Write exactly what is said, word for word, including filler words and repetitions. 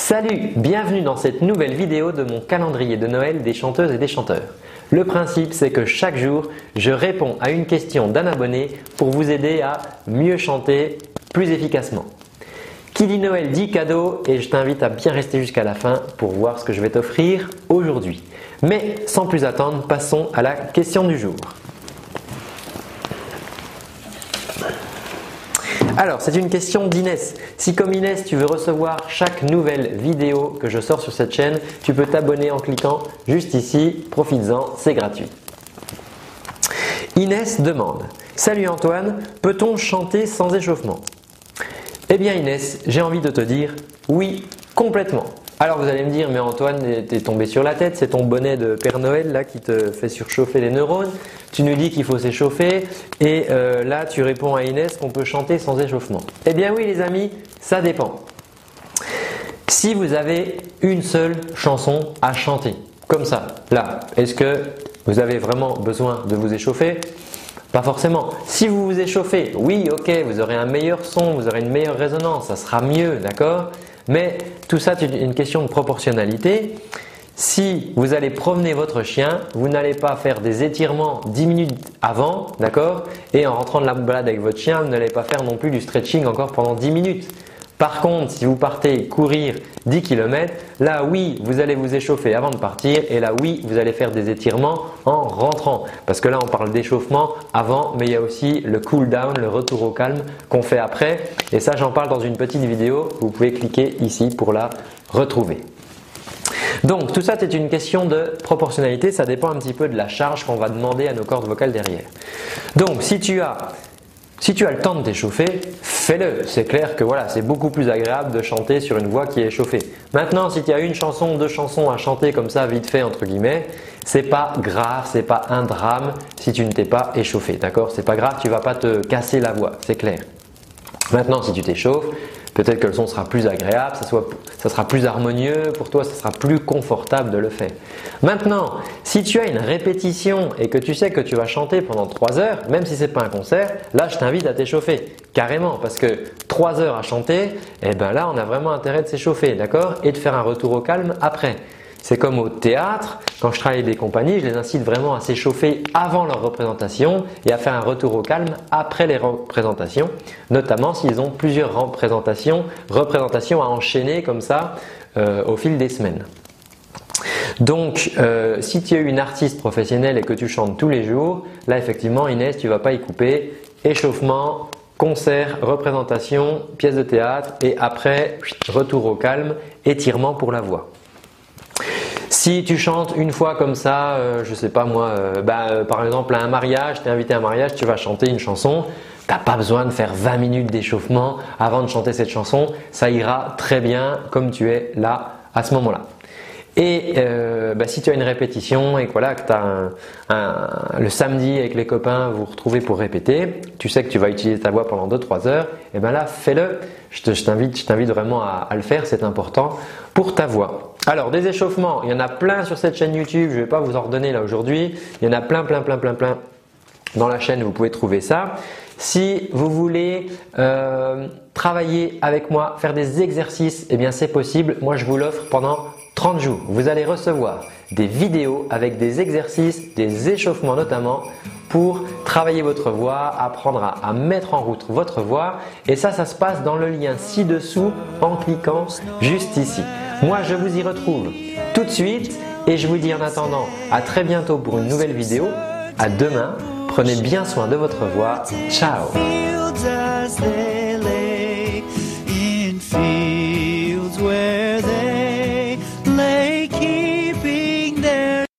Salut, bienvenue dans cette nouvelle vidéo de mon calendrier de Noël des chanteuses et des chanteurs. Le principe, c'est que chaque jour, je réponds à une question d'un abonné pour vous aider à mieux chanter plus efficacement. Qui dit Noël dit cadeau et je t'invite à bien rester jusqu'à la fin pour voir ce que je vais t'offrir aujourd'hui. Mais sans plus attendre, passons à la question du jour. Alors, c'est une question d'Inès. Si comme Inès, tu veux recevoir chaque nouvelle vidéo que je sors sur cette chaîne, tu peux t'abonner en cliquant juste ici. Profites-en, c'est gratuit. Inès demande « Salut Antoine, peut-on chanter sans échauffement ?» Eh bien Inès, j'ai envie de te dire oui, complètement. Alors vous allez me dire, mais Antoine, t'es tombé sur la tête, c'est ton bonnet de Père Noël là qui te fait surchauffer les neurones. Tu nous dis qu'il faut s'échauffer et euh, là tu réponds à Inès qu'on peut chanter sans échauffement. Eh bien oui les amis, ça dépend. Si vous avez une seule chanson à chanter, comme ça, là, est-ce que vous avez vraiment besoin de vous échauffer ? Pas forcément. Si vous vous échauffez, oui, ok, vous aurez un meilleur son, vous aurez une meilleure résonance, ça sera mieux, d'accord ? Mais tout ça, c'est une question de proportionnalité. Si vous allez promener votre chien, vous n'allez pas faire des étirements dix minutes avant, d'accord ? Et en rentrant de la balade avec votre chien, vous n'allez pas faire non plus du stretching encore pendant dix minutes. Par contre, si vous partez courir dix kilomètres, là oui, vous allez vous échauffer avant de partir et là oui, vous allez faire des étirements en rentrant. Parce que là, on parle d'échauffement avant, mais il y a aussi le cool down, le retour au calme qu'on fait après. Et ça, j'en parle dans une petite vidéo. Vous pouvez cliquer ici pour la retrouver. Donc, tout ça, c'est une question de proportionnalité. Ça dépend un petit peu de la charge qu'on va demander à nos cordes vocales derrière. Donc, si tu as Si tu as le temps de t'échauffer, fais-le. C'est clair que voilà, c'est beaucoup plus agréable de chanter sur une voix qui est échauffée. Maintenant, si tu as une chanson, deux chansons à chanter comme ça vite fait entre guillemets, c'est pas grave, c'est pas un drame si tu ne t'es pas échauffé, d'accord ? C'est pas grave, tu vas pas te casser la voix, c'est clair. Maintenant, si tu t'échauffes, peut-être que le son sera plus agréable, ça, soit, ça sera plus harmonieux pour toi, ça sera plus confortable de le faire. Maintenant, si tu as une répétition et que tu sais que tu vas chanter pendant trois heures, même si ce n'est pas un concert, là je t'invite à t'échauffer carrément parce que trois heures à chanter, eh ben là on a vraiment intérêt de s'échauffer, d'accord ? Et de faire un retour au calme après. C'est comme au théâtre, quand je travaille avec des compagnies, je les incite vraiment à s'échauffer avant leur représentation et à faire un retour au calme après les représentations, notamment s'ils ont plusieurs représentations, représentations à enchaîner comme ça euh, au fil des semaines. Donc, euh, si tu es une artiste professionnelle et que tu chantes tous les jours, là effectivement Inès, tu ne vas pas y couper. Échauffement, concert, représentation, pièce de théâtre et après retour au calme, étirement pour la voix. Si tu chantes une fois comme ça, euh, je sais pas moi, euh, bah, euh, par exemple à un mariage, tu es invité à un mariage, tu vas chanter une chanson, tu n'as pas besoin de faire vingt minutes d'échauffement avant de chanter cette chanson, ça ira très bien comme tu es là à ce moment-là. Et euh, bah, si tu as une répétition et que voilà que tu as un, un, le samedi avec les copains vous vous retrouvez pour répéter, tu sais que tu vas utiliser ta voix pendant deux trois heures, et ben là fais-le. Je t'invite, je t'invite vraiment à, à le faire, c'est important pour ta voix. Alors des échauffements, il y en a plein sur cette chaîne YouTube, je ne vais pas vous en redonner là aujourd'hui, il y en a plein plein plein plein plein dans la chaîne, vous pouvez trouver ça. Si vous voulez euh, travailler avec moi, faire des exercices, eh bien c'est possible, moi je vous l'offre pendant trente jours. Vous allez recevoir des vidéos avec des exercices, des échauffements notamment pour travailler votre voix, apprendre à, à mettre en route votre voix et ça, ça se passe dans le lien ci-dessous en cliquant juste ici. Moi, je vous y retrouve tout de suite et je vous dis en attendant à très bientôt pour une nouvelle vidéo. À demain, prenez bien soin de votre voix. Ciao!